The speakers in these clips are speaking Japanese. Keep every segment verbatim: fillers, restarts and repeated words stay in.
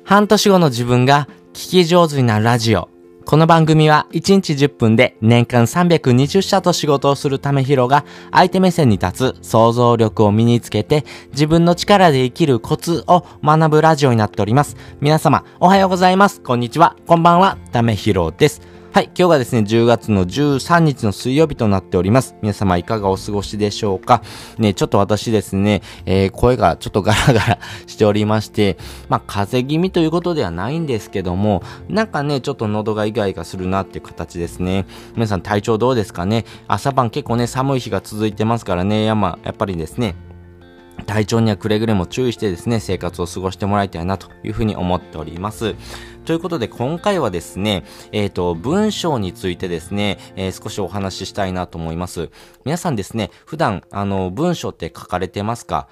半年後の自分が聞き上手になるラジオ。この番組はいちにちじゅっぷんで年間さんびゃくにじゅっしゃと仕事をするためひろが相手目線に立つ想像力を身につけて自分の力で生きるコツを学ぶラジオになっております。皆様おはようございます。こんにちは。こんばんは。ためひろです。はい、今日がですね、じゅうがつのじゅうさんにちの水曜日となっております。皆様いかがお過ごしでしょうか。ね、ちょっと私ですね、えー、声がちょっとガラガラしておりまして、まあ、風邪気味ということではないんですけども、なんかね、ちょっと喉がイガイガするなっていう形ですね。皆さん体調どうですかね。朝晩結構ね、寒い日が続いてますからね、や, まあ、やっぱりですね、体調にはくれぐれも注意してですね、生活を過ごしてもらいたいなというふうに思っております。ということで今回はですね、えっと、文章についてですね、えー、少しお話ししたいなと思います。皆さんですね、普段、あの、文章って書かれてますか？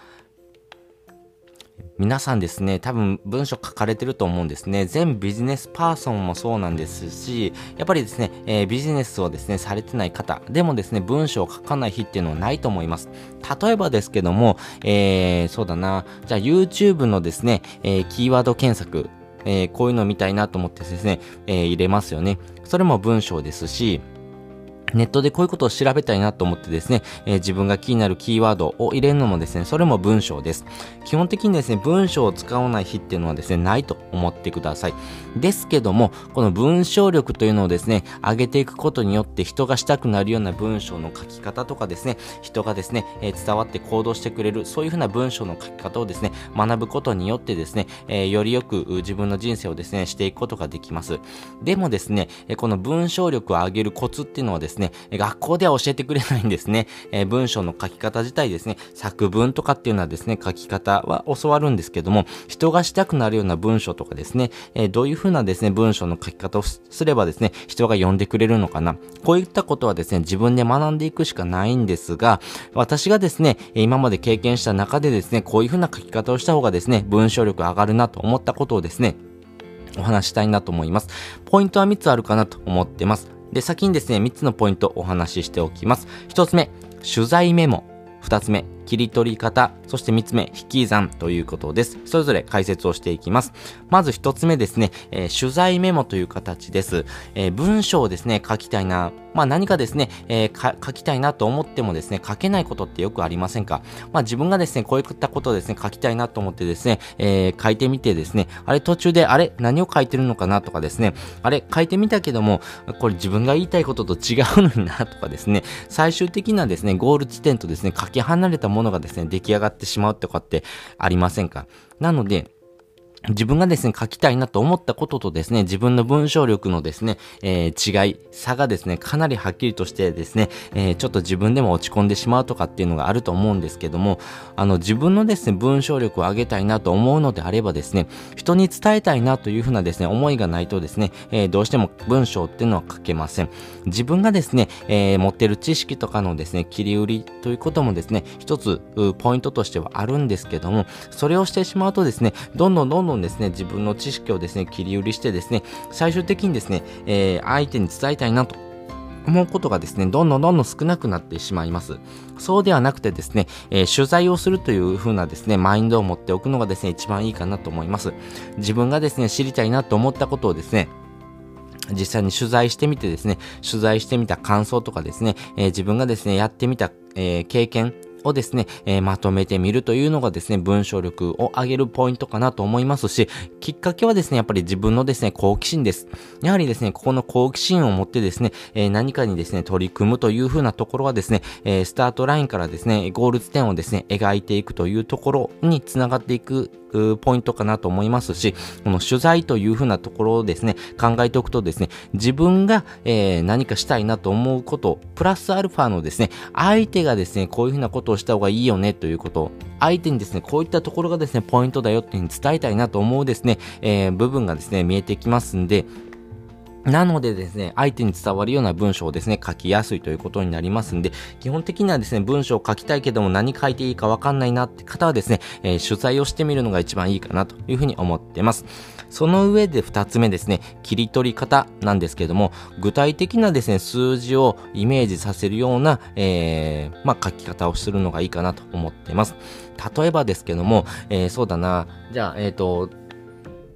皆さんですね、多分文章書かれてると思うんですね。全ビジネスパーソンもそうなんですし、やっぱりですね、えー、ビジネスをですね、されてない方でもですね、文章を書かない日っていうのはないと思います。例えばですけども、えー、そうだな、じゃあ YouTube のですね、えー、キーワード検索、えー、こういうの見たいなと思ってですね、えー、入れますよね。それも文章ですし、ネットでこういうことを調べたいなと思ってですね、えー、自分が気になるキーワードを入れるのもですね、それも文章です。基本的にですね、文章を使わない日っていうのはですね、ないと思ってください。ですけども、この文章力というのをですね、上げていくことによって人がしたくなるような文章の書き方とかですね、人がですね、えー、伝わって行動してくれる、そういうふうな文章の書き方をですね、学ぶことによってですね、えー、よりよく自分の人生をですね、していくことができます。でもですね、この文章力を上げるコツっていうのはですね、学校では教えてくれないんですね。えー、文章の書き方自体ですね、作文とかっていうのはですね、書き方は教わるんですけども、人がしたくなるような文章とかですね、えー、どういう風なですね、文章の書き方をすればですね、人が読んでくれるのかな。こういったことはですね、自分で学んでいくしかないんですが、私がですね、今まで経験した中でですね、こういう風な書き方をした方がですね、文章力上がるなと思ったことをですね、お話したいなと思います。ポイントはみっつあるかなと思ってます。で、先にですね、みっつのポイントをお話ししておきます。ひとつめ、取材メモ。ふたつめ、切り取り方。そしてみっつめ、引き算ということです。それぞれ解説をしていきます。まずひとつめですね、えー、取材メモという形です。えー、文章をですね、書きたいな。まあ何かですね、えー、書きたいなと思ってもですね、書けないことってよくありませんか？まあ自分がですね、こういったことをですね、書きたいなと思ってですね、えー、書いてみてですね、あれ途中で、あれ何を書いてるのかなとかですね、あれ書いてみたけども、これ自分が言いたいことと違うのになとかですね、最終的なですね、ゴール地点とですね、かけ離れたものがですね、出来上がってしまうとかってありませんか？なので、自分がですね、書きたいなと思ったこととですね、自分の文章力のですね、えー、違い、差がですね、かなりはっきりとしてですね、えー、ちょっと自分でも落ち込んでしまうとかっていうのがあると思うんですけども、あの、自分のですね、文章力を上げたいなと思うのであればですね、人に伝えたいなというふうなですね、思いがないとですね、えー、どうしても文章っていうのは書けません。自分がですね、えー、持ってる知識とかのですね、切り売りということもですね、一つ、ポイントとしてはあるんですけども、それをしてしまうとですね、どんどんどんどんですね、自分の知識をですね、切り売りしてですね、最終的にですね、えー、相手に伝えたいなと思うことがですね、どんどんどんどん少なくなってしまいます。そうではなくてですね、えー、取材をするという風なですね、マインドを持っておくのがですね、一番いいかなと思います。自分がですね、知りたいなと思ったことをですね、実際に取材してみてですね、取材してみた感想とかですね、えー、自分がですね、やってみた、えー、経験、をですね、えー、まとめてみるというのがですね、文章力を上げるポイントかなと思いますし、きっかけはですね、やっぱり自分のですね、好奇心です。やはりですね、ここの好奇心を持ってですね、えー、何かにですね、取り組むという風なところはですね、えー、スタートラインからですね、ゴール地点をですね、描いていくというところにつながっていくポイントかなと思いますし、この取材という風なところをですね、考えておくとですね、自分が、えー、何かしたいなと思うこと、プラスアルファのですね、相手がですね、こういう風なことをした方がいいよねということ、相手にですね、こういったところがですね、ポイントだよっていうふうに伝えたいなと思うですね、えー、部分がですね、見えてきますんで、なのでですね、相手に伝わるような文章をですね、書きやすいということになりますんで、基本的にはですね、文章を書きたいけども何書いていいかわかんないなって方はですね、えー、取材をしてみるのが一番いいかなというふうに思ってます。その上で二つ目ですね、切り取り方なんですけども、具体的なですね、数字をイメージさせるような、えー、まあ、書き方をするのがいいかなと思ってます。例えばですけども、えー、そうだな、じゃあ、えっと、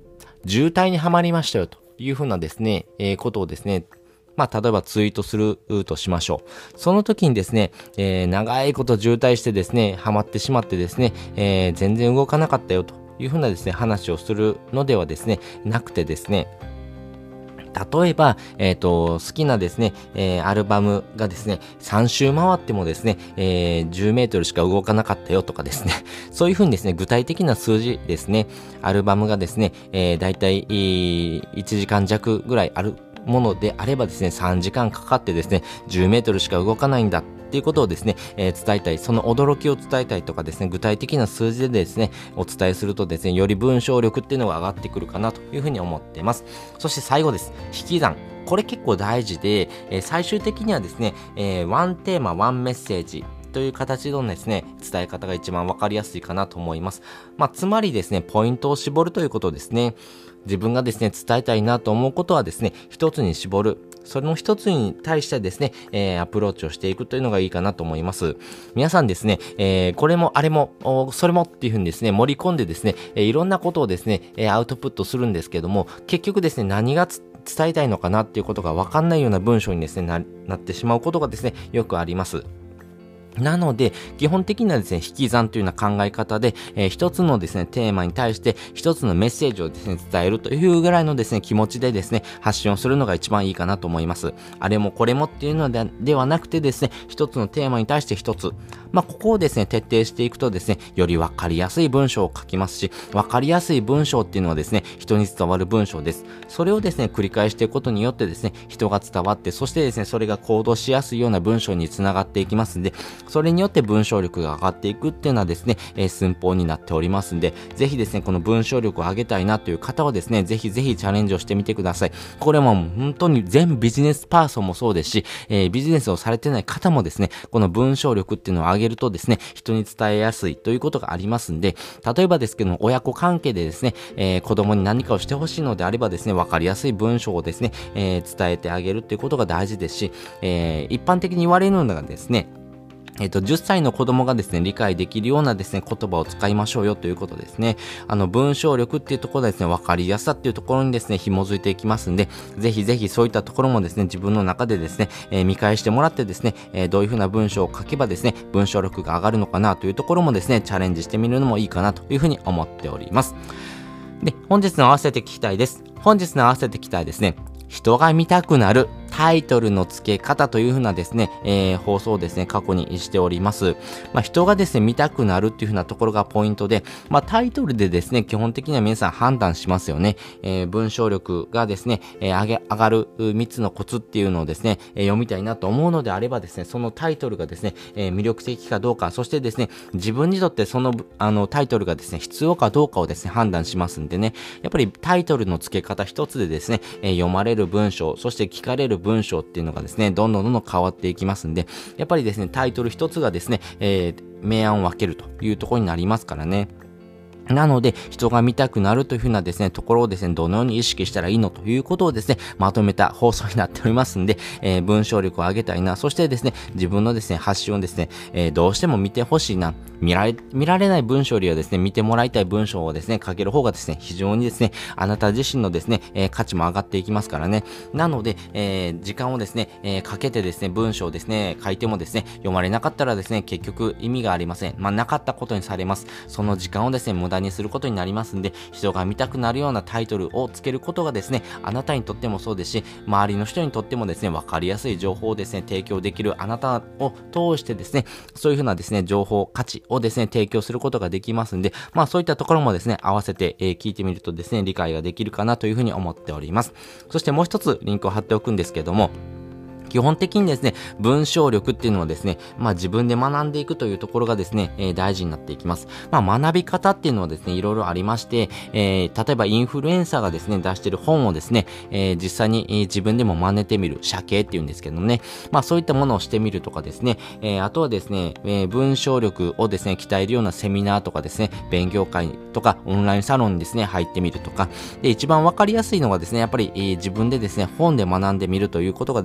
渋滞にはまりましたよというふうなですね、えー、ことをですね、まあ、例えばツイートするとしましょう。その時にですね、えー、長いこと渋滞してですね、ハマってしまってですね、えー、全然動かなかったよというふうなですね、話をするのではですね、なくてですね、例えば、えっと、好きなですね、えー、アルバムがですね、さん周回ってもですね、えー、じゅうメートルしか動かなかったよとかですね、そういうふうにですね、具体的な数字ですね、アルバムがですね、えー、だいたいいちじかん弱ぐらいあるものであればですね、さんじかんかかってですね、じゅうメートルしか動かないんだっていうことをですね、えー、伝えたい、その驚きを伝えたいとかですね、具体的な数字でですね、お伝えするとですね、より文章力っていうのが上がってくるかなというふうに思っています。そして最後です。引き算。これ結構大事で、えー、最終的にはですね、えー、ワンテーマ、ワンメッセージ。という形のですね、伝え方が一番わかりやすいかなと思います。まあ、つまりですね、ポイントを絞るということですね。自分がですね、伝えたいなと思うことはですね、一つに絞る。その一つに対してですね、えー、アプローチをしていくというのがいいかなと思います。皆さんですね、えー、これもあれも、それもっていうふうにですね、盛り込んでですね、えー、いろんなことをですね、えー、アウトプットするんですけども、結局ですね、何が伝えたいのかなっていうことがわかんないような文章にですね、な、なってしまうことがですね、よくあります。なので、基本的なですね、引き算というような考え方で、えー、一つのですね、テーマに対して一つのメッセージをですね、伝えるというぐらいのですね、気持ちでですね、発信をするのが一番いいかなと思います。あれもこれもっていうのでではなくてですね、一つのテーマに対して一つ。まあ、ここをですね、徹底していくとですね、よりわかりやすい文章を書きますし、わかりやすい文章っていうのはですね、人に伝わる文章です。それをですね、繰り返していくことによってですね、人が伝わって、そしてですね、それが行動しやすいような文章につながっていきますんで、それによって文章力が上がっていくっていうのはですね、えー、寸法になっておりますんで、ぜひですね、この文章力を上げたいなという方はですね、ぜひぜひチャレンジをしてみてください。これも本当に全ビジネスパーソンもそうですし、えー、ビジネスをされてない方もですね、この文章力っていうのを上げるとですね、人に伝えやすいということがありますんで、例えばですけども、親子関係でですね、えー、子供に何かをしてほしいのであればですね、わかりやすい文章をですね、えー、伝えてあげるっていうことが大事ですし、えー、一般的に言われるのがですね、えっと、じゅっさいの子供がですね、理解できるようなですね、言葉を使いましょうよということですね。あの、文章力っていうところでですね、わかりやすさっていうところにですね、紐づいていきますんで、ぜひぜひそういったところもですね、自分の中でですね、えー、見返してもらってですね、えー、どういうふうな文章を書けばですね、文章力が上がるのかなというところもですね、チャレンジしてみるのもいいかなというふうに思っております。で、本日の合わせて聞きたいです。本日の合わせて聞きたいですね。人が見たくなるタイトルの付け方というふうなですね、えー、放送をですね、過去にしております。まあ、人がですね、見たくなるっていうふうなところがポイントで、まあ、タイトルでですね、基本的には皆さん判断しますよね。えー、文章力がですね、えー、上げ、上がるみっつのコツっていうのをですね、えー、読みたいなと思うのであればですね、そのタイトルがですね、えー、魅力的かどうか、そしてですね、自分にとってその、あの、タイトルがですね、必要かどうかをですね、判断しますんでね、やっぱりタイトルの付け方一つでですね、えー、読まれる文章、そして聞かれる文章っていうのがですね、どんどんどんどん変わっていきますんで、やっぱりですね、タイトル一つがですね、えー、明暗を分けるというところになりますからね。なので、人が見たくなるというふうなですね、ところをですね、どのように意識したらいいのということをですね、まとめた放送になっておりますんで、えー、文章力を上げたいな、そしてですね、自分のですね、発信をですね、えー、どうしても見てほしいな、見られ、見られない文章よりはですね、見てもらいたい文章をですね、書ける方がですね、非常にですね、あなた自身のですね、えー、価値も上がっていきますからね。なので、えー、時間をですね、えー、かけてですね、文章をですね、書いてもですね、読まれなかったらですね、結局意味がありません。まあ、なかったことにされます。その時間をですね、無駄にすることになりますんで、人が見たくなるようなタイトルをつけることがですね、あなたにとってもそうですし、周りの人にとってもですね、わかりやすい情報をですね、提供できるあなたを通してですね、そういうふうなですね、情報、価値をですね、提供することができますんで、まあそういったところもですね、合わせて、えー、聞いてみるとですね、理解ができるかなというふうに思っております。そしてもう一つリンクを貼っておくんですけども、基本的にですね、文章力っていうのはですね、まあ自分で学んでいくというところがですね、えー、大事になっていきます。まあ学び方っていうのはですね、いろいろありまして、えー、例えばインフルエンサーがですね、出してる本をですね、えー、実際に、えー、自分でも真似てみる、写経っていうんですけどね、まあそういったものをしてみるとかですね、えー、あとはですね、えー、文章力をですね、鍛えるようなセミナーとかですね、勉強会とかオンラインサロンにですね、入ってみるとか、で、一番わかりやすいのがですね、やっぱり、えー、自分でですね、本で学んでみるということがですね、わかりやすい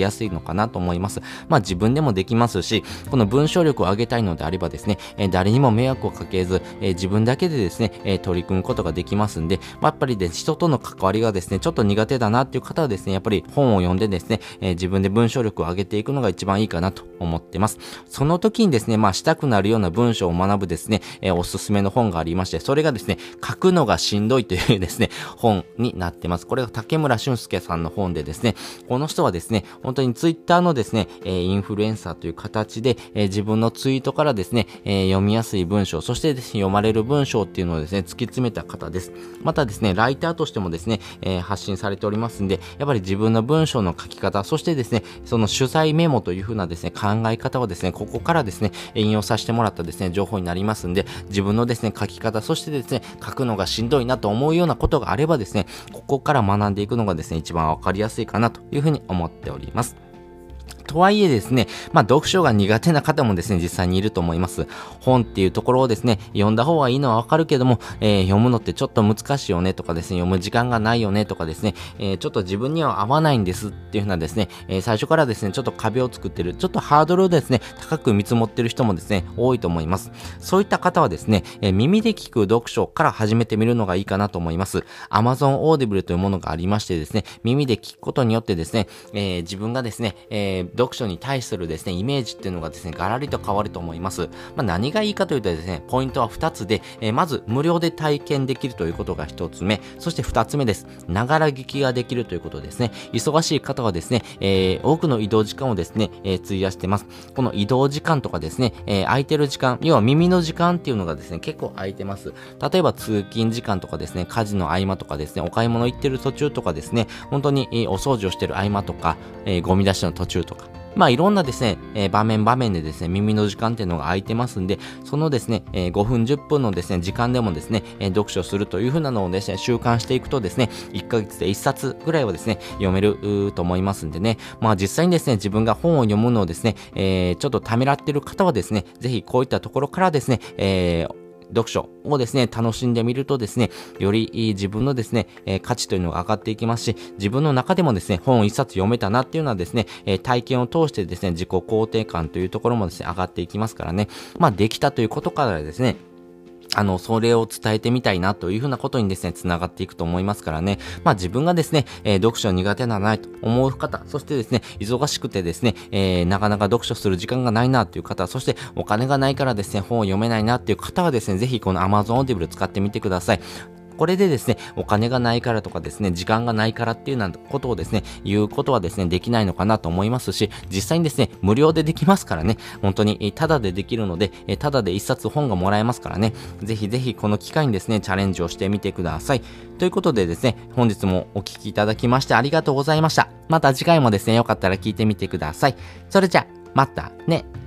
やすいのかなと思います。まあ自分でもできますし、この文章力を上げたいのであればですね、えー、誰にも迷惑をかけず、えー、自分だけでですね、えー、取り組むことができますんで、まあ、やっぱりで、人との関わりがですね、ちょっと苦手だなっていう方はですね、やっぱり本を読んでですね、えー、自分で文章力を上げていくのが一番いいかなと思ってます。その時にですね、まあしたくなるような文章を学ぶですね、えー、おすすめの本がありまして、それがですね、書くのがしんどいというですね、本になってます。これが竹村俊介さんの本でですね、この人はですね、本当にツイッターのですね、えー、インフルエンサーという形で、えー、自分のツイートからですね、えー、読みやすい文章、そしてですね、読まれる文章っていうのをですね、突き詰めた方です。またですね、ライターとしてもですね、えー、発信されておりますんで、やっぱり自分の文章の書き方、そしてですね、その取材メモというふうなですね、考え方をですね、ここからですね、引用させてもらったですね、情報になりますんで、自分のですね、書き方、そしてですね、書くのがしんどいなと思うようなことがあればですね、ここから学んでいくのがですね、一番わかりやすいかなというふうに思っております。とはいえですね、まあ読書が苦手な方もですね、実際にいると思います。本っていうところをですね、読んだ方がいいのはわかるけども、えー、読むのってちょっと難しいよねとかですね、読む時間がないよねとかですね、えー、ちょっと自分には合わないんですっていうふうなですね、えー、最初からですね、ちょっと壁を作ってる、ちょっとハードルをですね、高く見積もってる人もですね、多いと思います。そういった方はですね、えー、耳で聞く読書から始めてみるのがいいかなと思います。Amazon Audible というものがありましてですね、耳で聞くことによってですね、えー、自分がですね、えー、読書に対するですね、イメージっていうのがですね、ガラリと変わると思います。まあ、何がいいかというとですね、ポイントはふたつで、えー、まず無料で体験できるということがひとつめ、そしてふたつめです。ながら聞きができるということですね。忙しい方はですね、えー、多くの移動時間をですね、えー、費やしてます。この移動時間とかですね、えー、空いてる時間、要は耳の時間っていうのがですね、結構空いてます。例えば通勤時間とかですね、家事の合間とかですね、お買い物行ってる途中とかですね、本当に、えー、お掃除をしてる合間とか、えー、ゴミ出しの途中とか、まあいろんなですね、えー、場面場面でですね、耳の時間っていうのが空いてますんで、そのですね、えー、ごふんじゅっぷんのですね、時間でもですね、えー、読書するというふうなのをですね、習慣していくとですね、いっかげつでいっさつぐらいはですね、読めると思いますんでね、まあ実際にですね、自分が本を読むのをですね、えー、ちょっとためらってる方はですね、ぜひこういったところからですね、えー読書をですね、楽しんでみるとですね、より自分のですね、えー、価値というのが上がっていきますし、自分の中でもですね、本を一冊読めたなっていうのはですね、えー、体験を通してですね、自己肯定感というところもですね、上がっていきますからね。まあ、できたということからですね、あの、それを伝えてみたいなというふうなことにですね、つながっていくと思いますからね。まあ自分がですね、えー、読書苦手なないと思う方、そしてですね、忙しくてですね、えー、なかなか読書する時間がないなという方、そしてお金がないからですね、本を読めないなっていう方はですね、ぜひこの Amazon Audible 使ってみてください。これでですね、お金がないからとかですね、時間がないからっていうようなことをですね、言うことはですね、できないのかなと思いますし、実際にですね、無料でできますからね、本当にタダでできるので、タダで一冊本がもらえますからね、ぜひぜひこの機会にですね、チャレンジをしてみてください。ということでですね、本日もお聞きいただきましてありがとうございました。また次回もですね、よかったら聞いてみてください。それじゃ、またね。